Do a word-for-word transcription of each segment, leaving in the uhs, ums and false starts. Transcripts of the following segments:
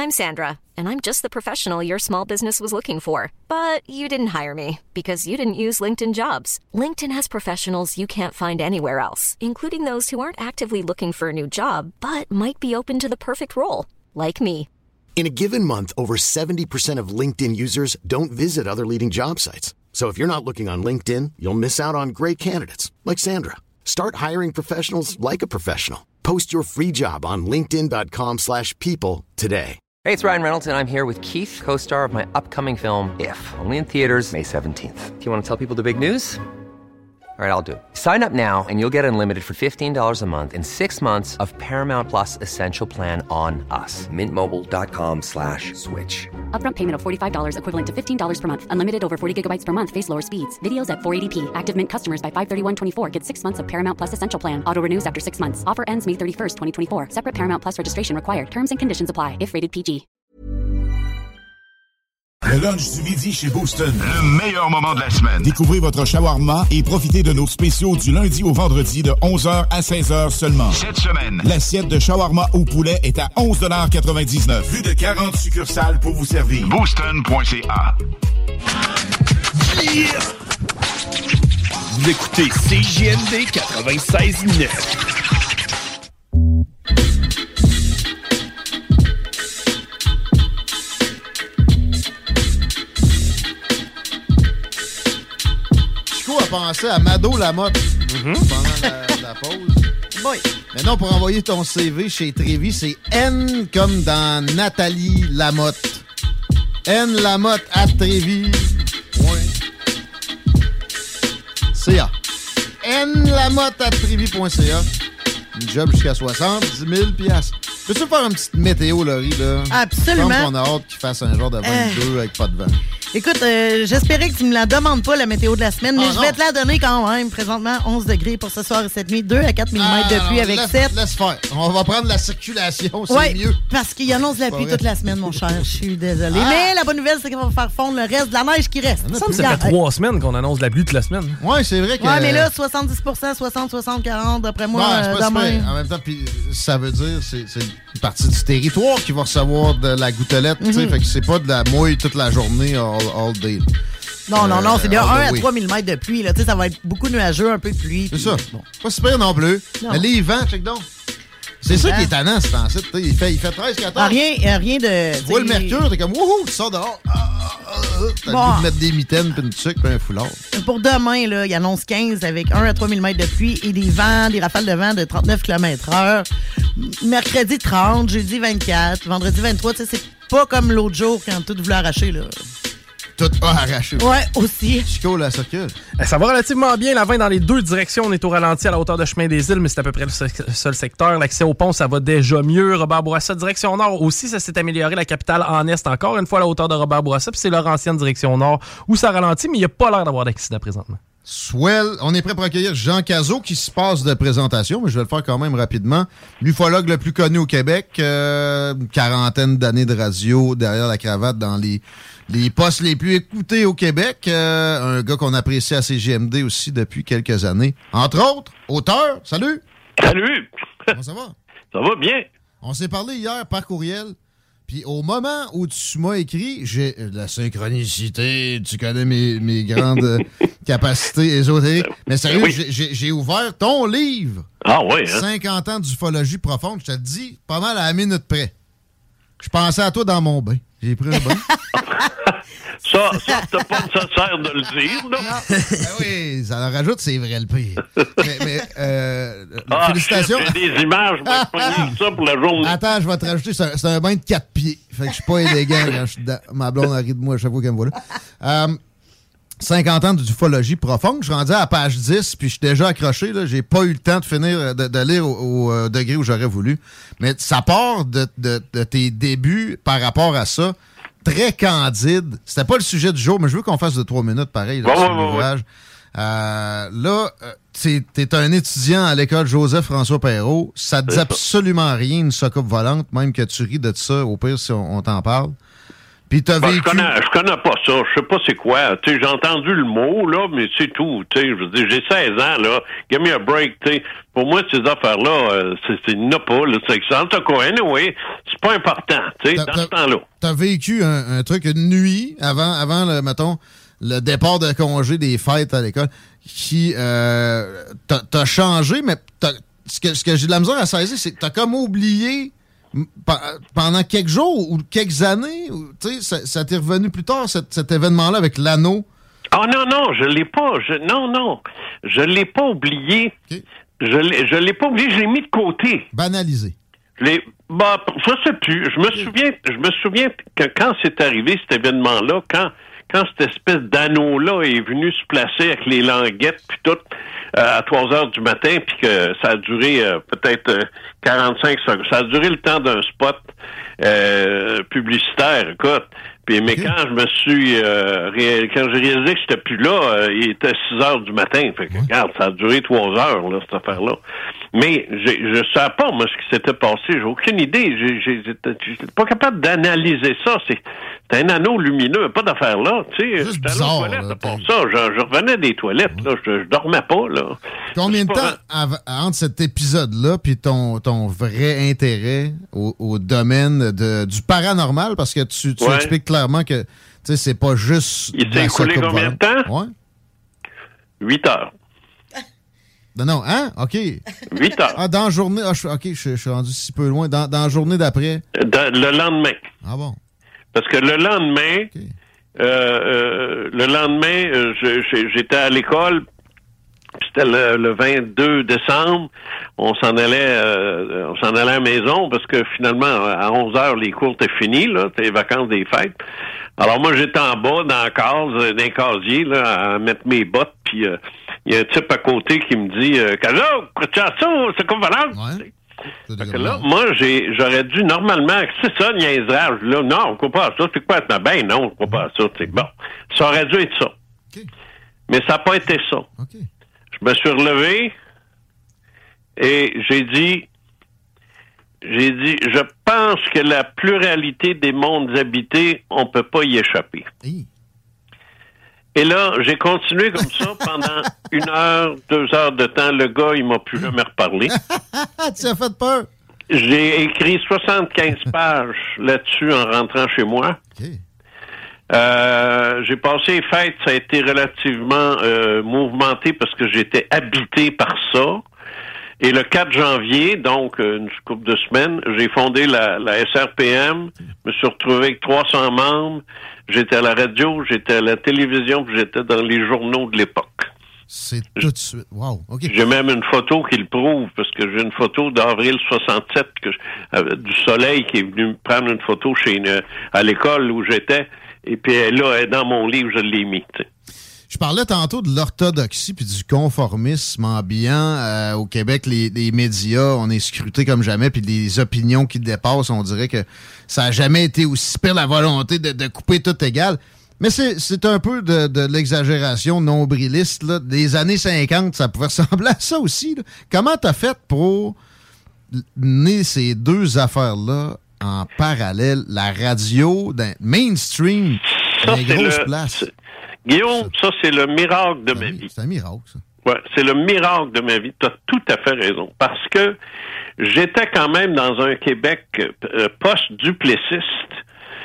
I'm Sandra, and I'm just the professional your small business was looking for. But you didn't hire me because you didn't use LinkedIn Jobs. LinkedIn has professionals you can't find anywhere else, including those who aren't actively looking for a new job, but might be open to the perfect role, like me. In a given month, over seventy percent of LinkedIn users don't visit other leading job sites. So if you're not looking on LinkedIn, you'll miss out on great candidates like Sandra. Start hiring professionals like a professional. Post your free job on linkedin.com slash people today. Hey, it's Ryan Reynolds, and I'm here with Keith, co-star of my upcoming film, If, only in theaters May seventeenth. Do you want to tell people the big news? All right, I'll do it. Sign up now and you'll get unlimited for fifteen dollars a month and six months of Paramount Plus Essential Plan on us. Mint Mobile dot com slash switch. Upfront payment of forty-five dollars equivalent to fifteen dollars per month. Unlimited over forty gigabytes per month. Face lower speeds. Videos at four eighty p. Active Mint customers by five thirty-one twenty-four get six months of Paramount Plus Essential Plan. Auto renews after six months. Offer ends May thirty-first, twenty twenty-four. Separate Paramount Plus registration required. Terms and conditions apply if rated P G. Le lunch du midi chez Booston. Le meilleur moment de la semaine. Découvrez votre shawarma et profitez de nos spéciaux du lundi au vendredi de onze heures à seize heures seulement. Cette semaine, l'assiette de shawarma au poulet est à onze dollars quatre-vingt-dix-neuf. Plus de quarante succursales pour vous servir. Booston point c a. Yeah! Vous écoutez C J M D quatre-vingt-seize neuf. À penser à Mado Lamotte mm-hmm. pendant la, la pause. Oui. Maintenant, pour envoyer ton C V chez Trévis, c'est N comme dans Nathalie Lamotte. N Lamotte à Trévis. C A. N Lamotte à Trévis point c a. Une job jusqu'à soixante-dix mille piastres. Peux-tu faire une petite météo, Laurie, là? Absolument. Comme qu'on a hâte qu'il fasse un genre de vingt-deux euh... avec pas de vent. Écoute, euh, j'espérais que tu me la demandes pas, la météo de la semaine, mais ah, je non. vais te la donner quand même. Présentement, onze degrés pour ce soir et cette nuit, deux à quatre millimètres ah, de pluie non, avec laisse, sept. Laisse faire. On va prendre la circulation, c'est ouais, mieux. parce qu'il annonce la pluie toute la semaine, mon cher. Je suis désolé. Ah. Mais la bonne nouvelle, c'est qu'on va faire fondre le reste de la neige qui reste. Ça, ça fait trois semaines qu'on annonce la pluie toute la semaine. Oui, c'est vrai que... Ouais, mais là, soixante-dix pour cent, soixante, soixante, quarante, d'après moi, non, c'est euh, pas demain. super. En même temps, pis, ça veut dire c'est c'est une partie du territoire qui va recevoir de la gouttelette, mm-hmm. tu sais, fait que c'est pas de la mouille toute la journée, all, all day. Non, non, non, c'est de euh, un à trois millimètres de pluie. Là. Ça va être beaucoup nuageux, un peu de pluie. C'est ça. Bon. Pas super non plus. Non. Mais les vents, check donc. C'est ça qui est tannant, ce temps-ci. Il fait, il fait treize quatorze. Ah, rien, rien de... Tu vois le mercure, t'es comme, wouhou, tu sors dehors. Ah, ah, ah, t'as bon. le goût de mettre des mitaines, puis une tuque, puis un foulard. Pour demain, là, il annonce quinze avec un à trois millimètres de pluie et des vents, des rafales de vent de trente-neuf kilomètres heure. Mercredi trente, jeudi vingt-quatre, vendredi vingt-trois. Tu sais, c'est pas comme l'autre jour quand tout voulait arracher, là. Tout a arraché. Ouais, aussi. Chico, la circule. Ça va relativement bien. La vingt dans les deux directions. On est au ralenti à la hauteur de Chemin des Îles, mais c'est à peu près le seul secteur. L'accès au pont, ça va déjà mieux. Robert Bourassa, direction nord aussi, ça s'est amélioré. La capitale en est encore une fois à la hauteur de Robert Bourassa. Puis c'est Laurentienne, direction nord, où ça ralentit, mais il n'y a pas l'air d'avoir d'accident présentement. Swell. On est prêt pour accueillir Jean Cazot qui se passe de présentation, mais je vais le faire quand même rapidement. L'ufologue le plus connu au Québec. Euh, une quarantaine d'années de radio derrière la cravate dans les... les postes les plus écoutés au Québec. Euh, un gars qu'on apprécie à C G M D aussi depuis quelques années. Entre autres, auteur. Salut! Salut! Comment ça va? Ça va bien. On s'est parlé hier par courriel. Puis au moment où tu m'as écrit, j'ai la synchronicité, tu connais mes, mes grandes capacités ésotériques. Mais sérieux, oui. j'ai, j'ai ouvert ton livre. Ah oui, hein? cinquante ans d'ufologie profonde. Je te le dis, pas mal à la minute près. Je pensais à toi dans mon bain. J'ai pris un bain. Ça, ça t'as pas nécessaire de le dire, là. Ben oui, ça en rajoute, c'est vrai le pire. Mais, mais euh, ah, félicitations. J'ai des images, je vais te prendre ça pour la journée. Attends, je vais te rajouter, c'est un, c'est un bain de quatre pieds. Fait que je suis pas élégant quand je suis dedans. Ma blonde arrive de moi à chaque fois qu'elle me voit là. Euh, cinquante ans d'ufologie profonde. Je suis rendu à la page dix, puis je suis déjà accroché. Là. J'ai pas eu le temps de finir de, de lire au, au degré où j'aurais voulu. Mais ça part de, de, de tes débuts par rapport à ça. Très candide. C'était pas le sujet du jour, mais je veux qu'on fasse de trois minutes pareil là, ouais, sur ouais, l'ouvrage. Ouais. Euh, là, t'es, t'es un étudiant à l'école Joseph-François Perrault. Ça te dit absolument rien, une soucoupe volante, même que tu ris de ça, au pire, si on, on t'en parle. Puis t'as ben, vécu... Je connais, je connais pas ça. Je sais pas c'est quoi. Tu sais, j'ai entendu le mot, là, mais c'est tout. Tu sais, je veux dire, j'ai seize ans, là. Give me a break, tu sais. Pour moi, ces affaires-là, euh, c'est, c'est, il n'y en a pas, là. C'est ça. En tout cas, anyway, c'est pas important, tu sais, dans t'as, ce temps-là. T'as vécu un, un truc, une nuit, avant, avant le, mettons, le départ de congé des fêtes à l'école, qui, euh, t'as, t'as changé, mais t'as, ce que, ce que j'ai de la misère à saisir, c'est que t'as comme oublié pendant quelques jours ou quelques années, tu sais, ça, ça t'est revenu plus tard, cet, cet événement-là avec l'anneau? Ah non, non, je l'ai pas. Je, non, non, je l'ai pas oublié. Okay. Je l'ai, je l'ai pas oublié, je l'ai mis de côté. Banalisé. Je l'ai, bah, je sais plus. Je me okay. souviens, je me souviens que quand c'est arrivé cet événement-là, quand, quand cette espèce d'anneau-là est venu se placer avec les languettes puis tout, euh, à trois heures du matin, puis que ça a duré euh, peut-être euh, quarante-cinq secondes. Ça a duré le temps d'un spot euh, publicitaire, écoute. Puis, mais okay. quand je me suis, euh, ré... quand j'ai réalisé que j'étais plus là, euh, il était six heures du matin. Fait que, ouais. regarde, ça a duré trois heures, là, cette affaire-là. Mais, j'ai, je savais pas, moi, ce qui s'était passé. J'ai aucune idée. J'ai, j'ai, j'étais, j'étais pas capable d'analyser ça. C'est, c'est un anneau lumineux, pas d'affaire là. Tu sais, j'étais allé aux toilettes là, pour ça. Je, je revenais des toilettes, ouais. là. Je, je dormais pas, là. Combien de temps av- entre cet épisode-là puis ton, ton vrai intérêt au, au domaine de, du paranormal? Parce que tu, tu ouais. expliques clairement que, tu sais, c'est pas juste... Il s'est écoulé combien de temps? Ouais. Huit heures. Non, non, hein? OK. Huit heures. Ah, dans la journée... Ah, je, OK, je, je suis rendu si peu loin. Dans, dans la journée d'après? Dans, le lendemain. Ah bon? Parce que le lendemain, okay. euh, euh, le lendemain, euh, je, je, j'étais à l'école, c'était le, le vingt-deux décembre, on s'en allait euh, on s'en allait à la maison parce que finalement, à onze heures, les cours étaient finis, là, c'était les vacances des fêtes. Alors moi, j'étais en bas, dans la case, dans un casier, là, à mettre mes bottes, puis il euh, y a un type à côté qui me dit euh, « Caso, c'est comme voilà? Ouais. » Fait que là, moi, j'ai, j'aurais dû normalement, c'est ça, niaisage, là, non, on ne croit pas à ça, c'est quoi? Ben non, on ne croit pas à ça, c'est bon. Ça aurait dû être ça. Okay. Mais ça n'a pas été ça. Okay. Je me suis relevé et j'ai dit, j'ai dit, je pense que la pluralité des mondes habités, on ne peut pas y échapper. Hey. Et là, j'ai continué comme ça pendant une heure, deux heures de temps. Le gars, il m'a plus jamais reparlé. Tu as fait peur? J'ai écrit soixante-quinze pages là-dessus en rentrant chez moi. Okay. Euh, j'ai passé les fêtes, ça a été relativement euh, mouvementé parce que j'étais habité par ça. Et le quatre janvier, donc une couple de semaines, j'ai fondé la, la S R P M, me suis retrouvé avec trois cents membres, j'étais à la radio, j'étais à la télévision, puis j'étais dans les journaux de l'époque. C'est tout de suite. Wow. OK. J'ai même une photo qui le prouve, parce que j'ai une photo d'avril soixante-sept, que je, euh, du soleil qui est venu me prendre une photo chez une, à l'école où j'étais, et puis là, elle est dans mon livre, je l'ai mis, tu sais. Je parlais tantôt de l'orthodoxie puis du conformisme ambiant. Euh, au Québec, les, les médias, on est scrutés comme jamais, puis les opinions qui dépassent, on dirait que ça n'a jamais été aussi pire la volonté de, de couper tout égal. Mais c'est, c'est un peu de, de l'exagération nombriliste. Là. Des années cinquante, ça pouvait ressembler à ça aussi. Là. Comment t'as fait pour mener ces deux affaires-là en parallèle? La radio, dans mainstream, dans les grosses le... places. Guillaume, ça, c'est le miracle de ma vie. C'est un miracle, ça. Ouais, c'est le miracle de ma vie. Tu as tout à fait raison. Parce que j'étais quand même dans un Québec euh, post-duplessiste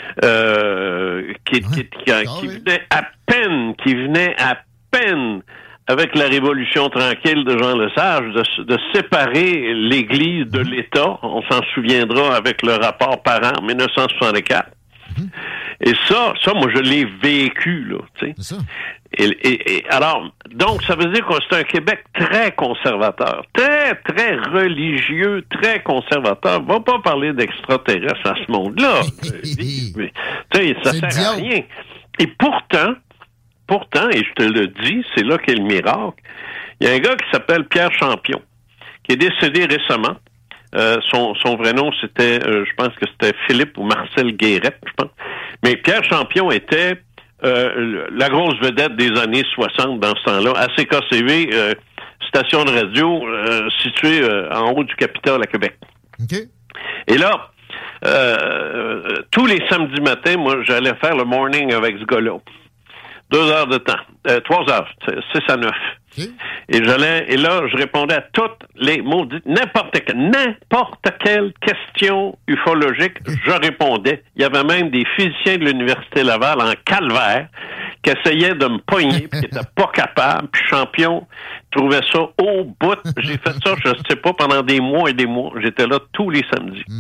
euh, qui, ouais, qui, qui, qui venait à peine, qui venait à peine avec la Révolution tranquille de Jean Lesage, de, de séparer l'Église de l'État. On s'en souviendra avec le rapport Parent en dix-neuf cent soixante-quatre. Mm-hmm. Et ça, ça, moi, je l'ai vécu, là, tu sais. C'est ça. Et, et, et, alors, donc, ça veut dire que c'est un Québec très conservateur, très, très religieux, très conservateur. Va pas parler d'extraterrestres à ce monde-là. Tu sais, ça c'est sert à rien. Et pourtant, pourtant, et je te le dis, c'est là qu'est le miracle, il y a un gars qui s'appelle Pierre Champion, qui est décédé récemment. Euh, son, son vrai nom, c'était, euh, je pense que c'était Philippe ou Marcel Guérette, je pense. Mais Pierre Champion était euh, la grosse vedette des années soixante dans ce temps-là, à C K C V, euh, station de radio euh, située euh, en haut du Capitole à Québec. Okay. Et là, euh, tous les samedis matins, moi, j'allais faire le morning avec ce gars-là. Deux heures de temps. Euh, trois heures. Six à neuf. Okay. Et j'allais, et là, je répondais à toutes les maudites, n'importe quelle, n'importe quelle question ufologique, je répondais. Il y avait même des physiciens de l'Université Laval en calvaire qui essayaient de me pogner, puis qui n'étaient pas capables, puis champion, trouvait ça au bout. J'ai fait ça, je ne sais pas, pendant des mois et des mois. J'étais là tous les samedis. Mm.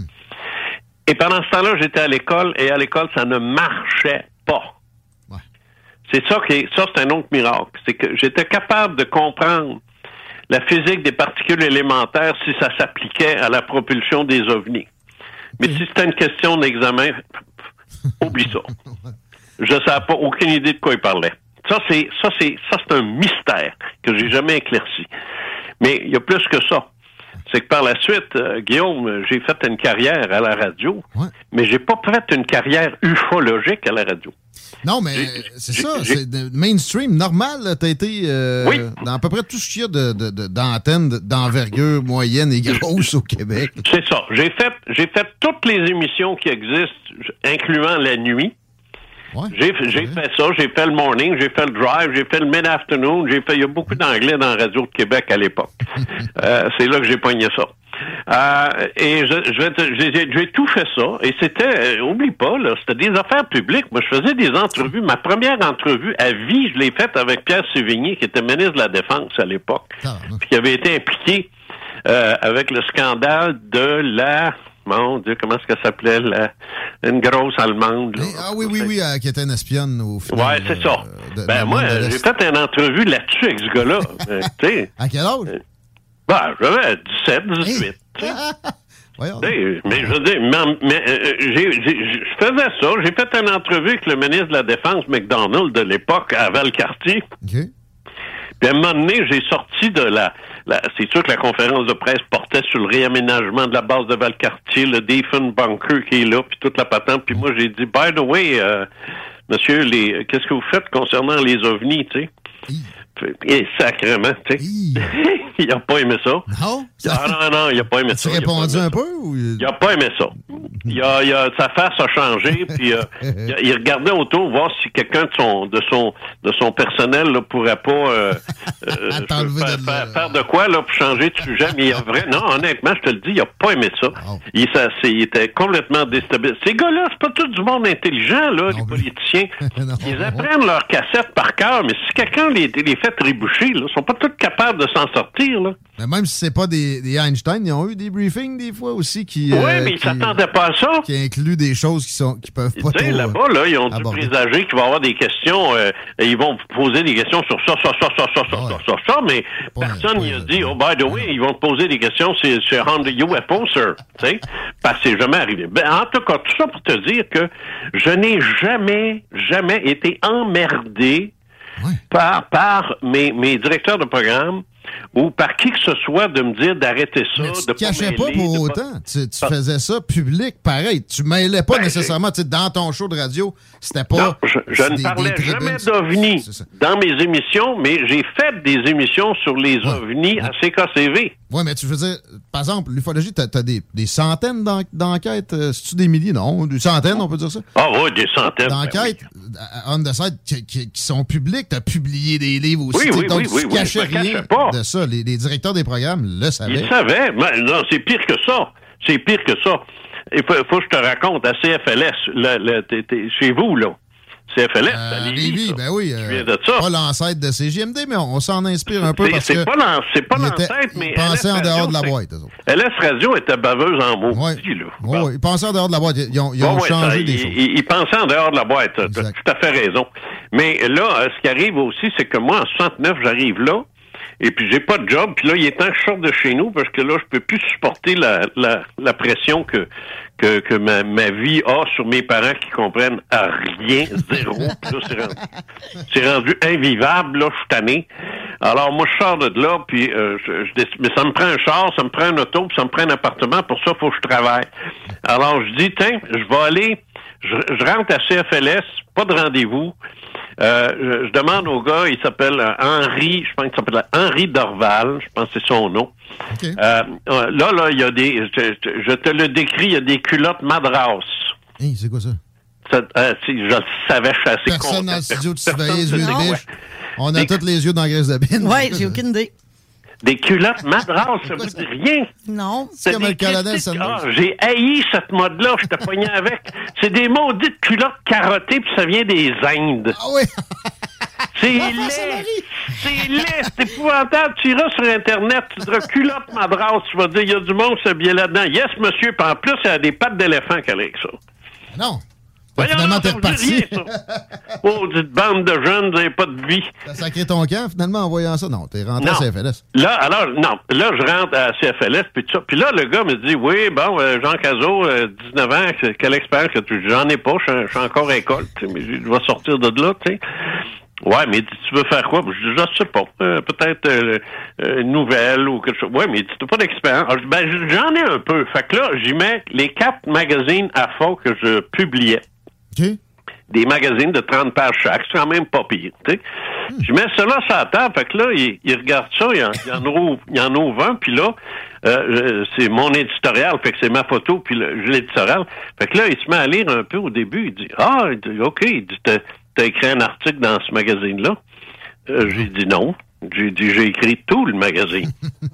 Et pendant ce temps-là, j'étais à l'école, et à l'école, ça ne marchait pas. Ouais. C'est ça qui est, ça, c'est un autre miracle. C'est que j'étais capable de comprendre la physique des particules élémentaires si ça s'appliquait à la propulsion des ovnis. Mais si c'était une question d'examen, oublie ça. Je ne savais pas, aucune idée de quoi il parlait. Ça, c'est, ça, c'est, ça, c'est un mystère que j'ai jamais éclairci. Mais il y a plus que ça. C'est que par la suite, euh, Guillaume, j'ai fait une carrière à la radio, ouais. mais j'ai pas fait une carrière ufologique à la radio. Non, mais j'ai, c'est j'ai, ça, j'ai... c'est mainstream, normal. T'as été euh, oui. dans à peu près tout ce qu'il y a de, de, de, d'antennes d'envergure moyenne et grosse au Québec. C'est ça. J'ai fait, j'ai fait toutes les émissions qui existent, incluant la nuit. Ouais, j'ai j'ai fait ça, j'ai fait le morning, j'ai fait le drive, j'ai fait le mid-afternoon, j'ai fait, il y a beaucoup d'anglais dans la radio de Québec à l'époque. euh, c'est là que j'ai pogné ça. Euh, et je, je vais te, j'ai, j'ai tout fait ça, et c'était, euh, oublie pas, là, c'était des affaires publiques. Moi, je faisais des entrevues. Ma première entrevue à vie, je l'ai faite avec Pierre Sévigné, qui était ministre de la Défense à l'époque, ah, puis qui avait été impliqué euh, avec le scandale de la... Mon Dieu, comment est-ce qu'elle s'appelait? La, une grosse Allemande. Là. Ah oui, oui, oui, euh, qui était une espionne au final. Ouais, c'est ça. De, ben moi, j'ai fait une entrevue là-dessus avec ce gars-là. euh, t'sais, à quel âge? Euh, ben, j'avais dix-sept, dix-huit. Hey. Voyons. Mais je veux dire, mais, mais, euh, j'ai, j'ai, je faisais ça. J'ai fait une entrevue avec le ministre de la Défense, McDonald, de l'époque, à Valcartier. OK. Puis à un moment donné, j'ai sorti de la, la... C'est sûr que la conférence de presse portait sur le réaménagement de la base de Valcartier, le Diefenbunker qui est là, puis toute la patente. Puis moi, j'ai dit, by the way, euh, monsieur, les, qu'est-ce que vous faites concernant les ovnis, tu sais? Et sacrément, tu sais. Il a pas aimé ça. Non? Ah non, non, il a pas aimé ça. Tu as répondu un peu? Ou... Il a pas aimé ça. Il a, il a, sa face a changé, puis euh, il, a, il regardait autour voir si quelqu'un de son, de son, de son personnel là, pourrait pas euh, euh, faire, de faire, faire de quoi là, pour changer de sujet. Mais il a vrai, non, honnêtement, je te le dis, il a pas aimé ça. Oh. Il, ça c'est, il était complètement déstabilisé. Ces gars-là, c'est pas tout du monde intelligent, là, non, les politiciens. Non, ils apprennent leurs cassettes par cœur, mais si quelqu'un les, les fait trébucher, là, ils sont pas tous capables de s'en sortir, là. Mais même si c'est pas des, des Einstein, ils ont eu des briefings des fois aussi qui... Oui, euh, mais ils s'attendaient pas à ça. Qui incluent des choses qui sont qui peuvent pas... Tu sais, là-bas, là, ils ont dû présager qu'il va y avoir des questions, euh, et ils vont poser des questions sur ça, ça, ça, ça, ça, ça, ouais. ça, ça, ça, mais pas, personne n'y a dit, oh, by the way, ils vont te poser des questions sur, sur on the U F O, sir. Tu sais, parce que c'est jamais arrivé. Ben, en tout cas, tout ça pour te dire que je n'ai jamais, jamais été emmerdé ouais. par, par mes, mes directeurs de programme ou par qui que ce soit de me dire d'arrêter ça. Mais tu de te cachais pas, pas pour autant. Pas... Tu, tu faisais ça public, pareil. Tu mêlais pas ben, nécessairement, tu sais, dans ton show de radio, c'était pas... Non, je, je ne des, parlais des jamais d'ovnis dans mes émissions, mais j'ai fait des émissions sur les ouais. ovnis ouais. à C K C V. Oui, mais tu veux dire, par exemple, l'ufologie, t'as, t'as des, des centaines d'en, d'enquêtes. Euh, c'est-tu des milliers? Non, des centaines, on peut dire ça? Ah oui, des centaines. D'enquêtes ben oui. on the side qui, qui, qui sont publiques. T'as publié des livres aussi. Oui, oui, donc, oui, tu oui, cachais oui, rien pas. de ça. Les, les directeurs des programmes le savaient. Ils savaient. Mais non, c'est pire que ça. C'est pire que ça. Il faut, faut que je te raconte, à C F L S, le, le, t'es, t'es, chez vous, là. C F L S, euh, à Lévis, Lévis, ben oui. Euh, tu viens de ça. Pas l'ancêtre de C J M D, mais on, on s'en inspire un peu c'est, parce c'est que... Pas l'an, c'est pas l'ancêtre, mais... Ils pensaient en dehors de la boîte, eux autres. L S Radio était baveuse en mots. Oui, là. Oui, oui, ils pensaient en dehors de la boîte. Ils ont, ils ont ouais, changé ça, des ils, choses. Ils, ils pensaient en dehors de la boîte. Tu as tout à fait raison. Mais là, ce qui arrive aussi, c'est que moi, en soixante-neuf, j'arrive là, et puis j'ai pas de job, puis là, il est temps que je sorte de chez nous, parce que là, je peux plus supporter la, la, la pression que... que, que ma, ma vie a sur mes parents qui comprennent à rien, zéro. Puis là, c'est rendu, c'est rendu invivable, là, je suis tanné. Alors, moi, je sors de là, puis euh, je, je, mais ça me prend un char, ça me prend un auto, puis ça me prend un appartement. Pour ça, il faut que je travaille. Alors, je dis, tiens, je vais aller, je, je rentre à C F L S, pas de rendez-vous. Euh, je, je demande au gars, il s'appelle Henri, je pense qu'il s'appelle Henri Dorval, je pense que c'est son nom. Okay. Euh, là, là, il y a des, je, je te le décris, il y a des culottes Madras. Hey, c'est quoi ça? ça euh, si, je le savais, je suis assez Personne content. dans le studio de surveiller Personne les yeux se de dit, biche. ouais. On a Des- tous les yeux dans la graisse de bine. Oui, j'ai aucune idée. Des culottes Madras, ça vous dit rien? Non. C'est comme des le colonel critiques- Sanders. Ah, j'ai haï cette mode-là, je te pognais avec. C'est des maudites culottes carottées, puis ça vient des Indes. Ah oui! C'est laid! C'est laid! C'est épouvantable! Tu iras sur Internet, tu diras culotte Madras, tu vas dire, il y a du monde s'habiller là-dedans. Yes, monsieur, puis en plus, il y a des pattes d'éléphant qu'elle a avec ça. Non! Voyons, Finalement, non, t'es ça vous dit reparti. rien, ça. Oh, dites bande de jeunes, vous n'avez pas de vie. T'as sacré ton camp, finalement, en voyant ça. Non, t'es rentré Non. à C F L S. Là, alors, non. Là, je rentre à C F L S, puis tout ça. Puis là, le gars me dit, oui, bon, euh, Jean Cazot, euh, dix-neuf ans, que- quelle expérience que tu... J'en ai pas, je suis- je suis encore à l'école, tu sais, mais je vais sortir de là, tu sais. Ouais, mais tu veux faire quoi? Je dis, je sais pas. Euh, peut-être euh, euh, une nouvelle ou quelque chose. Ouais, mais tu n'as pas d'expérience. Alors, je dis, ben, j'en ai un peu. Fait que là, j'y mets les quatre magazines à fond que je publiais. OK. Des magazines de trente pages chaque, c'est quand même pas pire, tu sais. Je mets cela sur la table, fait que là, il, il regarde ça, il en, il en ouvre, il en ouvre un, puis là, euh, c'est mon éditorial, fait que c'est ma photo, puis le, j'ai l'éditorial. Fait que là, il se met à lire un peu au début, il dit, ah, il dit, OK, il dit, t'as, t'as écrit un article dans ce magazine-là? Euh, j'ai dit non. J'ai dit, j'ai écrit tout le magazine.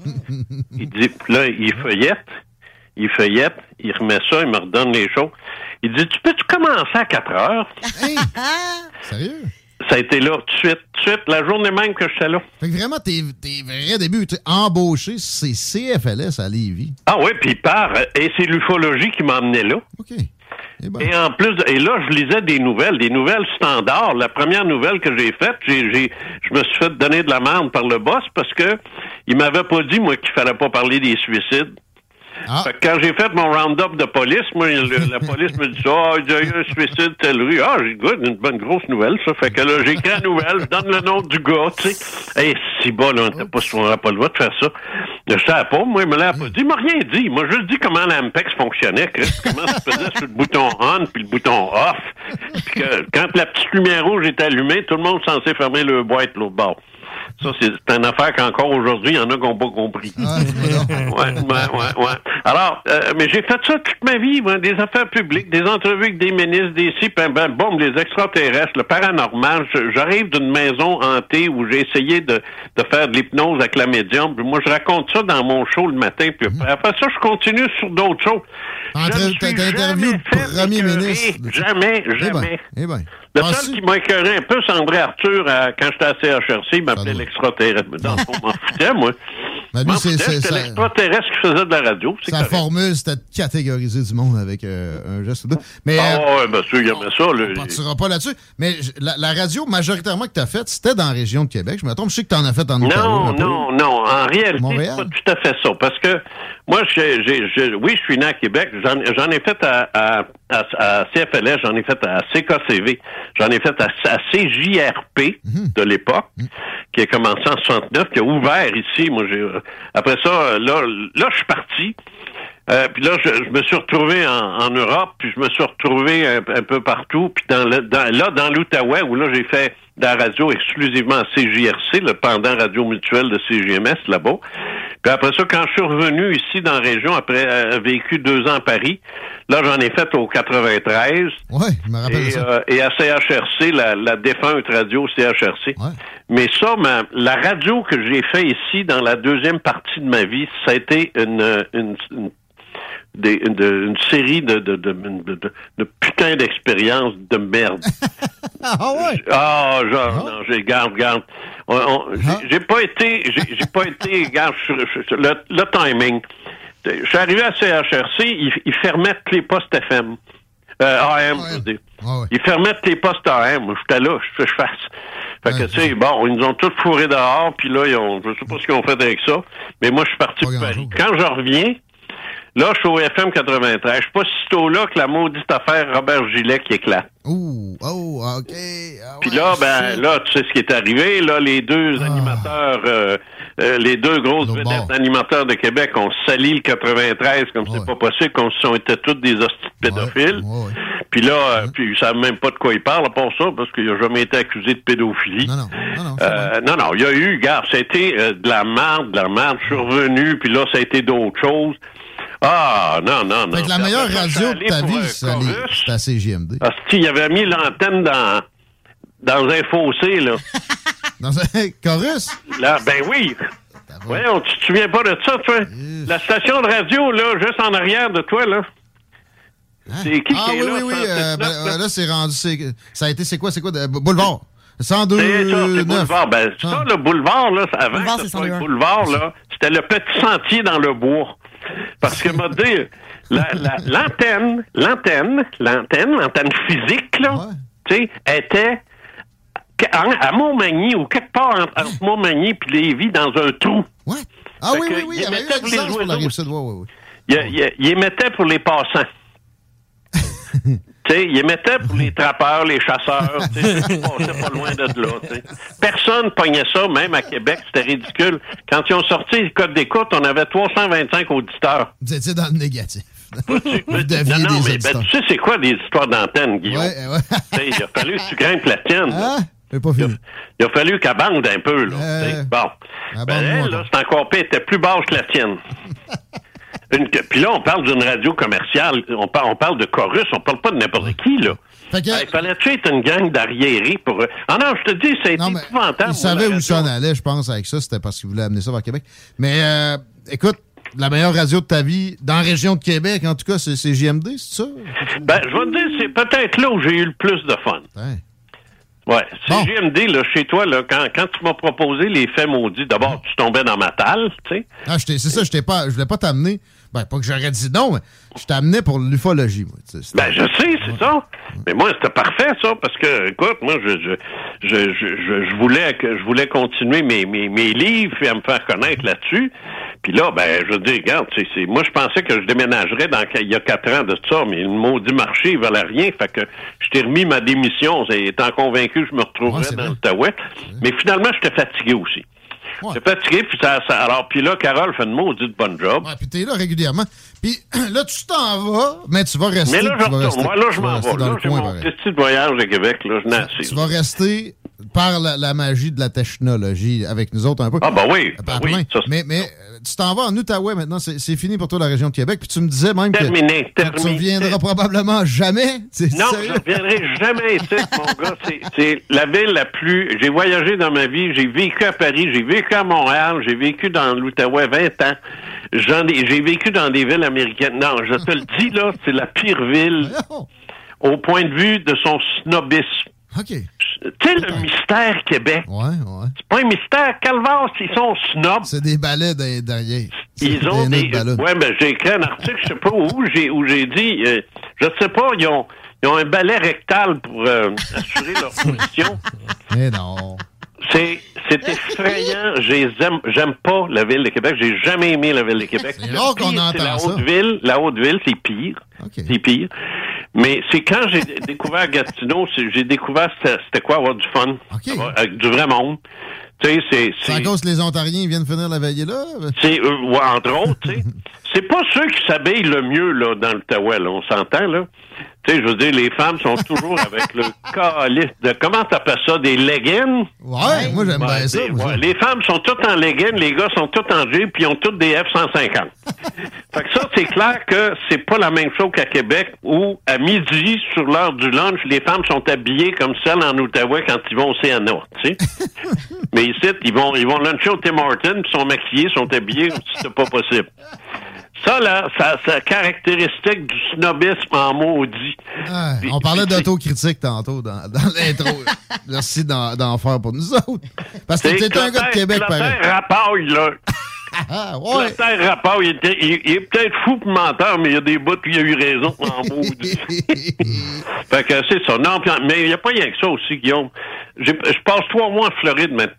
Il dit, puis là, il feuillette, il feuillette, il remet ça, il me redonne les choses. Il dit, tu peux-tu commencer à quatre heures? Hey! Sérieux? Ça a été là, tout de suite, tout de suite, la journée même que j'étais là. Fait que vraiment, tes, tes vrais débuts, tu sais, embauché, c'est C F L S à Lévis. Ah oui, puis il part, et c'est l'ufologie qui m'a emmené là. OK. Eh ben. Et en plus, et là, je lisais des nouvelles, des nouvelles standards. La première nouvelle que j'ai faite, j'ai, j'ai, je me suis fait donner de la merde par le boss parce que il m'avait pas dit, moi, qu'il fallait pas parler des suicides. Ah. Fait que quand j'ai fait mon round-up de police, moi, le- la police me dit ça, ah, il y a eu un suicide telle rue. Ah, j'ai dit, une bonne grosse nouvelle, ça. Fait que là, j'écris la nouvelle, je donne le nom du gars, tu sais. Hey, si bas, là, on n'avait pas, on n'avait pas le droit de faire ça. Je savais pas, moi, il me l'a pas dit. Il m'a rien dit. Il m'a juste dit comment l'Ampex fonctionnait, Chris, comment ça se faisait sur le bouton on puis le bouton off. Puis que quand la petite lumière rouge est allumée, tout le monde est censé fermer le boîte de l'autre bord. Ça, c'est, c'est une affaire qu'encore aujourd'hui, il y en a qui n'ont pas compris. Ah, ouais, ouais, ouais, ouais. Alors, euh, mais j'ai fait ça toute ma vie, moi, des affaires publiques, des entrevues avec des ministres, des ci, ben, ben, bon, les extraterrestres, le paranormal. Je, j'arrive d'une maison hantée où j'ai essayé de, de faire de l'hypnose avec la médium. Puis moi, je raconte ça dans mon show le matin, puis Mmh. après ça, je continue sur d'autres choses. Entre Je ne suis t'interviews jamais le fait premier écœurer. ministre. Jamais, Eh ben, jamais. eh ben. Le Penses-tu- seul qui m'a écœuré un peu, c'est André Arthur, à- quand j'étais à C H R C, il m'appelait Ah, oui. l'extraterrestre. Mais dans le fond, je m'en foutais, moi. Ben, Je lui, m'en c'est- foutais, c'est- c'était ça- l'extraterrestre qui faisait de la radio. C'est Sa correct. formule, c'était de catégoriser du monde avec euh, un geste ou deux. Mais Ah euh, ouais, bien sûr, il aimait ça. on Là. ne partira pas là-dessus. Mais je- la, la radio, majoritairement, que tu as faite, c'était dans la région de Québec. Je me trompe, je sais que tu en as fait en Outaouais. Non, un peu. non, non. En réalité, Montréal? c'est pas tout à fait ça. Parce que moi, j'ai, j'ai, j'ai- oui, je suis né à Québec. J'en, j'en ai fait à, à, à, à C F L S, j'en ai fait à C K C V, j'en ai fait à, à C J R P Mm-hmm. de l'époque, qui a commencé en soixante-neuf, qui a ouvert ici. Moi, j'ai après ça, là, là, je suis parti. Euh, puis là, je, je me suis retrouvé en, en Europe, puis je me suis retrouvé un, un peu partout. Puis dans le, dans, là, dans l'Outaouais, où là, j'ai fait de la radio exclusivement à C J R C, le pendant radio mutuel de C G M S, là-bas. Puis après ça, quand je suis revenu ici dans la région, après avoir vécu deux ans à Paris, là, j'en ai fait au quatre-vingt-treize. Oui, je me rappelle de Et, ça. euh, et à C H R C, la, la défunte radio C H R C. Ouais. Mais ça, ma, la radio que j'ai fait ici, dans la deuxième partie de ma vie, ça a été une, une, une Des, de, une série de, de, de, de, de, de putain d'expériences de merde. Ah ouais? Ah, genre, non, j'ai, garde, garde. On, on, Ah. j'ai, j'ai pas été, j'ai, j'ai pas été, garde, sur, sur- sur le, le timing. Je suis arrivé à C H R C, ils, ils fermaient tous les postes F M. Euh, A M, Ouais. je veux dire. Ah ouais. Ils fermaient tous les postes A M. J'étais là, je fais je fasse. Fait que, Ouais, tu sais, bon, ils nous ont tous fourrés dehors, puis là, ils ont, je sais pas ce qu'ils ont fait avec ça, mais moi, je suis parti Pas de Paris. grand-chose. Quand je reviens, là, je suis au F M quatre-vingt-treize. Je suis pas si tôt là que la maudite affaire Robert Gillet qui éclate. Ouh, oh, OK. Ah Puis ouais, là, je ben, sais. là, tu sais ce qui est arrivé. Là, les deux Ah. animateurs, euh, euh, les deux grosses L'autre vedettes bord. animateurs de Québec ont sali le quatre-vingt-treize comme Ouais. c'est pas possible, comme si on était tous des hosties de pédophiles. Ouais, ouais, ouais. Puis là, euh, puis ils savent même pas de quoi ils parlent à part ça, parce qu'il a jamais été accusé de pédophilie. Non, non, non, non. c'est Euh, non, non, il y a eu, regarde, ça a été euh, de la merde, de la merde. Je suis revenu, puis là, ça a été d'autres choses. Ah, non, non, non. Fait que la meilleure Après ça, je suis radio de allé ta pour, vie, euh, c'est allé- Chorus. c'est à C J M D. Parce qu'il avait mis l'antenne dans, dans un fossé, là. Dans un chorus? Là, ben oui. Voyons, tu te souviens pas de ça, toi? La station de radio, là, juste en arrière de toi, là. C'est qui Ah qui est oui, là? oui, oui. cent euh, neuf, ben, là? euh, là, c'est rendu. c'est- Ça a été, c'est quoi, c'est quoi? de- Boulevard. cent deux C'est ça, c'est neuf. boulevard. Ben, ça, le boulevard, là, ça- avant Boulevard, que c'est ce soit le cent deux un. boulevard, là, c'était le petit sentier dans le bois. Parce que, m'a dit, la- la- l'antenne, l'antenne, l'antenne, l'antenne physique, là, Ouais. tu sais, était à, à Montmagny, ou quelque part entre, entre Montmagny et Lévis, dans un trou. Ouais. Ah Fait oui, que oui, oui. Il il y avait eu mettait la pour les licence pour la oiseaux. Rive-Sud. Ouais, ouais, ouais. Il, il, il émettait pour les passants. Tu sais, il émettait pour les trappeurs, les chasseurs, tu sais, ceux qui passaient pas loin de là, tu sais. Personne pognait ça, même à Québec, c'était ridicule. Quand ils ont sorti le code d'écoute, on avait trois cent vingt-cinq auditeurs. Vous étiez dans le négatif. Tu- Vous deviez non, non, des mais ben, auditeurs. tu sais c'est quoi des histoires d'antenne, Guillaume? Ouais, ouais. Tu sais, il a fallu que tu grimpes la tienne. là. Ah, j'ai pas Il a, fini. il a fallu qu'elle bande un peu, là. Euh, tu sais. Bon. ah, Ben, bande-moi, elle, là, donc. c'est encore pire, elle était plus basse que la tienne. Une- Puis là, on parle d'une radio commerciale, on, par- on parle de chorus, on parle pas de n'importe qui, là. Fait que, Il fallait-tu être une gang d'arriérés pour... Ah non, je te dis, ça a été non, mais épouvantable. il savait moi, où la ça en radio. allait, je pense, avec ça. C'était parce qu'il voulait amener ça vers Québec. Mais, euh, écoute, la meilleure radio de ta vie, dans la région de Québec, en tout cas, c'est C J M D, c'est ça? Ben, je vais te dire, c'est peut-être là où j'ai eu le plus de fun. Ouais. Ouais, Bon. C G M D, là, chez toi, là, quand, quand tu m'as proposé les faits maudits, d'abord, tu tombais dans ma talle, tu sais. Ah, je t'ai- c'est ça, je t'ai pas, je voulais pas t'amener. Ben, pas que j'aurais dit non, mais je t'amenais pour l'ufologie, moi. tu sais, c'était- Ben, je sais, c'est ça. Mais moi, c'était parfait, ça, parce que, écoute, moi, je, je, je, je, je, je voulais que, je voulais continuer mes, mes, mes livres et à me faire connaître là-dessus. Puis là, ben, je veux dire, regarde, c'est, c'est, moi, je pensais que je déménagerais dans, il y a quatre ans de ça, mais le maudit marché, il valait rien. Fait que je t'ai remis ma démission, étant convaincu que je me retrouverais Ouais, c'est dans vrai. l'Outaouais. Mais finalement, j'étais fatigué aussi. Ouais. J'étais fatigué, puis ça, ça, alors, puis là, Carole fait une maudite bonne job. Ouais, puis t'es là régulièrement. Puis là, tu t'en vas, mais tu vas rester. Mais là, je tu vas retourne. rester- Moi, là, je tu vas m'en rester vais. dans Là, le j'ai coin, mon pareil. petit voyage à Québec, là, je n'ai assez. Tu vas rester par la, la magie de la technologie avec nous autres un peu. Ah, ben oui, À ben plein. oui, ça, c'est- mais mais euh, tu t'en vas en Outaouais maintenant. C'est c'est fini pour toi la région de Québec. Puis tu me disais même Terminé, que, que tu terminé. reviendras probablement jamais. C'est Non, sérieux? je ne reviendrai jamais ici, mon gars. C'est, c'est la ville la plus... J'ai voyagé dans ma vie, j'ai vécu à Paris, j'ai vécu à Montréal, j'ai vécu dans l'Outaouais vingt ans. J'en ai, j'ai vécu dans des villes américaines. Non, je te le dis, là, c'est la pire ville Voyons. au point de vue de son snobisme. OK. Tu sais, le mystère Québec, Ouais, ouais. c'est pas un mystère. Calvaire, ils sont snobs. C'est des balais d'un- derrière. C'est Ils ont nœuds des... de ballon. Ouais, ben, j'ai écrit un article, je sais pas où, j'ai, où j'ai dit, euh, je sais pas, ils ont, ils ont un balai rectal pour euh, assurer leur position. Mais non. C'est, c'est effrayant. J'ai- J'aime, j'aime pas la ville de Québec. J'ai jamais aimé la ville de Québec. C'est Le rare qu'on pire, entend c'est la ça. Haute-Ville. La Haute-Ville, c'est pire. OK. C'est pire. Mais c'est quand j'ai découvert Gatineau, c'est- j'ai découvert c'était, c'était quoi avoir du fun. OK. Avoir- Avec du vrai monde. Tu sais, c'est... C'est à cause que les Ontariens viennent finir la veillée là? C'est, euh, ouais, entre autres, tu sais. C'est pas ceux qui s'habillent le mieux, là, dans l'Outaouais, là. On s'entend, là. Tu sais, je veux dire, les femmes sont toujours avec le calice de, comment t'appelles ça, des leggings? Ouais, moi j'aime Ouais, bien ça. des- moi, ouais, ça. les femmes sont toutes en leggings, les gars sont tous en jeep, puis ils ont tous des F cent cinquante. Fait que ça, c'est clair que c'est pas la même chose qu'à Québec, où, à midi, sur l'heure du lunch, les femmes sont habillées comme celles en Outaouais quand ils vont au C N A, tu sais. Mais ici, ils vont, ils vont luncher au Tim Hortons, puis sont maquillés, sont habillés comme si c'était pas possible. Ça, là, ça, c'est caractéristique du snobisme en maudit. Ouais, Puis- on parlait puis- d'autocritique tantôt dans, dans l'intro. Merci d'en, d'en faire pour nous autres. Parce que C'est t'es un gars de Québec, pareil. Clotaire Rapaille, là. Ah, ouais. Clotaire Rapaille, il, était- il- il est peut-être fou pour menteur, mais il y a des bouts où il a eu raison en maudit. Fait que c'est ça. Non, puis- mais il n'y a pas rien que ça aussi, Guillaume. J'ai- Je passe trois mois en Floride maintenant.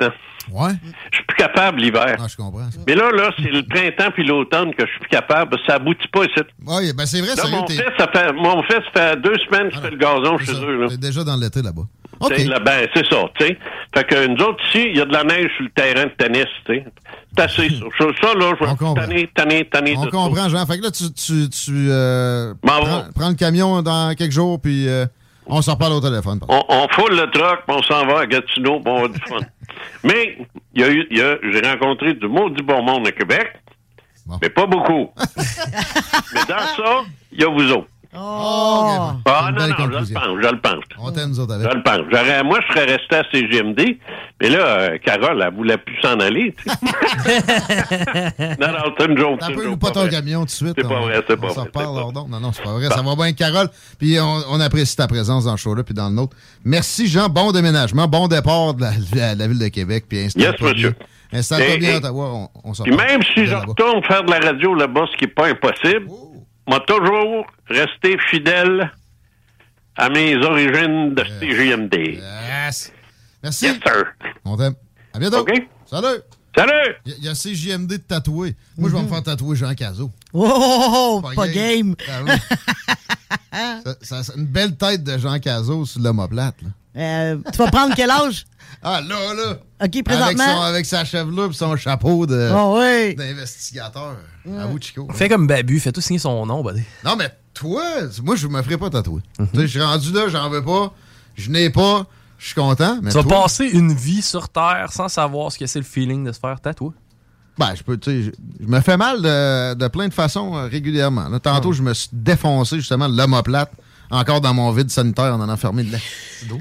Ouais. Je suis plus capable l'hiver. Ah, je comprends. Ça. Mais là, là, c'est le printemps puis l'automne que je suis plus capable. Ça aboutit pas ici. Oui, ben c'est vrai, là, sérieux, mon t'es... fils, ça fait, mon fils, ça fait deux semaines qu'il ah, fait le gazon chez eux. Là. T'es déjà dans l'été là-bas. OK. Là, ben, c'est ça, tu sais. Fait que nous autres, ici, il y a de la neige sur le terrain de tennis, tu sais. C'est assez, ça. Ça, là, je vais tanner, tanner, tanner. On comprend, Jean. Fait que là, tu, tu, tu euh, ben, prends, prends le camion dans quelques jours, puis euh, on s'en reparle au téléphone. On, on foule le truck, puis on s'en va à Gatineau, puis on va du fun. Mais, il y a eu, il y a, j'ai rencontré du maudit bon monde à Québec, bon. Mais pas beaucoup. Mais dans ça, il y a vous autres. Oh! Ah non, non, je le pense, je le pense. On t'aime, nous autres, avec. Je le pense. J'aurais, moi, je serais resté à C G M D, mais là, euh, Carole, elle voulait plus s'en aller. Tu sais. non, non, c'est une joke. T'as peu ou pas ton camion tout de suite. C'est pas vrai, c'est pas vrai. On s'en reparle, alors donc. Non, non, c'est pas vrai. Ça va bien, Carole. Puis on, on apprécie ta présence dans le show-là, puis dans le nôtre. Merci, Jean. Bon déménagement, bon départ de la, de la ville de Québec, puis installe-toi yes, monsieur. bien. Installe-toi bien à Ottawa. On, on s'en Puis même si je retourne faire de la radio là-bas, ce qui n'est pas impossible, oh. m'a toujours resté fidèle à mes origines de yes. C G M D. Yes. Merci. Yes, sir. On t'aime. À bientôt. OK. Salut. Salut. Il y, y a C G M D de tatouer. Mm-hmm. Moi, je vais me faire tatouer Jean Cazot. Oh, pas, pas game. game. Ah, oui. ça, ça, une belle tête de Jean Cazot sur l'omoplate. Euh, tu vas prendre quel âge? Ah, là, là. OK, présentement. Avec, son, avec sa chevelure et son chapeau de, oh, oui. d'investigateur. Ouais. À vous, Chico. Fais comme Babu, fais tout signer son nom, buddy. Non, mais toi, moi, je me ferais pas tatouer. Mm-hmm. Je suis rendu là, j'en veux pas. Je n'ai pas. Je suis content. Mais tu vas toi, passer une vie sur Terre sans savoir ce que c'est le feeling de se faire tatouer? Ben, je peux, tu sais, je, je me fais mal de, de plein de façons euh, régulièrement. Là, tantôt, mm. je me suis défoncé, justement, l'omoplate, encore dans mon vide sanitaire, en en enfermé de l'acide.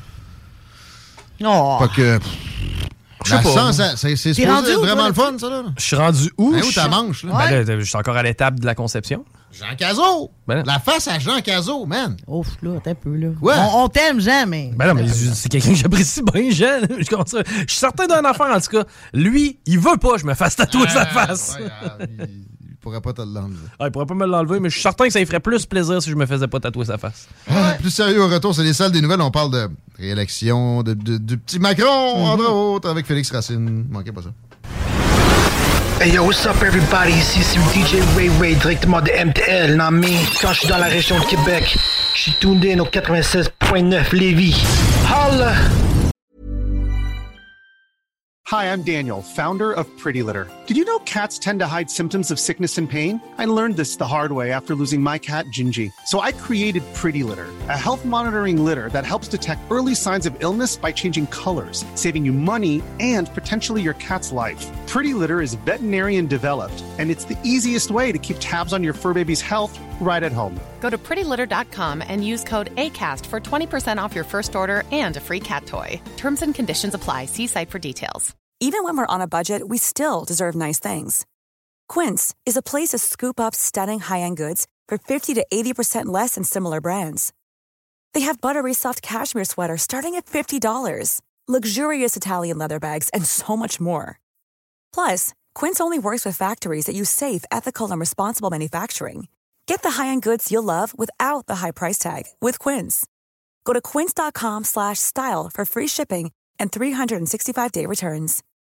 Oh. Fait que. Je sais pas. Ça, c'est c'est supposé vraiment le fun, ça, là. Je suis rendu où? Ben, où ta manche, là? Ben là, je suis encore à l'étape de la conception. Jean Cazot! Ben, la face à Jean Cazot, man! Ouf, là, t'es un peu, là. Ouais. On, on t'aime, Jean, mais... Ben non, mais c'est quelqu'un que j'apprécie bien, Jean. Je suis certain d'une affaire, en tout cas. Lui, il veut pas que je me fasse tatouer ah, sa face. Ouais, ah, il, il pourrait pas te l'enlever. Ah, il pourrait pas me l'enlever, mais je suis certain que ça lui ferait plus plaisir si je me faisais pas tatouer sa face. Ah, plus sérieux, au retour, c'est les salles des nouvelles. On parle de réélection, de, de, du petit Macron, mm-hmm. entre autres, avec Félix Racine. Manquez pas ça. Hey yo, what's up everybody, ici c'est le D J Ray Ray directement de M T L, non mais quand je suis dans la région de Québec, je suis tuned in au quatre-vingt-seize point neuf Lévis. Holla! Hi, I'm Daniel, founder of Pretty Litter. Did you know cats tend to hide symptoms of sickness and pain? I learned this the hard way after losing my cat, Gingy. So I created Pretty Litter, a health monitoring litter that helps detect early signs of illness by changing colors, saving you money and potentially your cat's life. Pretty Litter is veterinarian developed, and it's the easiest way to keep tabs on your fur baby's health right at home. Go to pretty litter dot com and use code ACAST for twenty percent off your first order and a free cat toy. Terms and conditions apply. See site for details. Even when we're on a budget, we still deserve nice things. Quince is a place to scoop up stunning high-end goods for fifty to eighty percent less than similar brands. They have buttery soft cashmere sweaters starting at fifty dollars, luxurious Italian leather bags, and so much more. Plus, Quince only works with factories that use safe, ethical, and responsible manufacturing. Get the high-end goods you'll love without the high price tag with Quince. Go to quince dot com slash style for free shipping and three sixty-five day returns.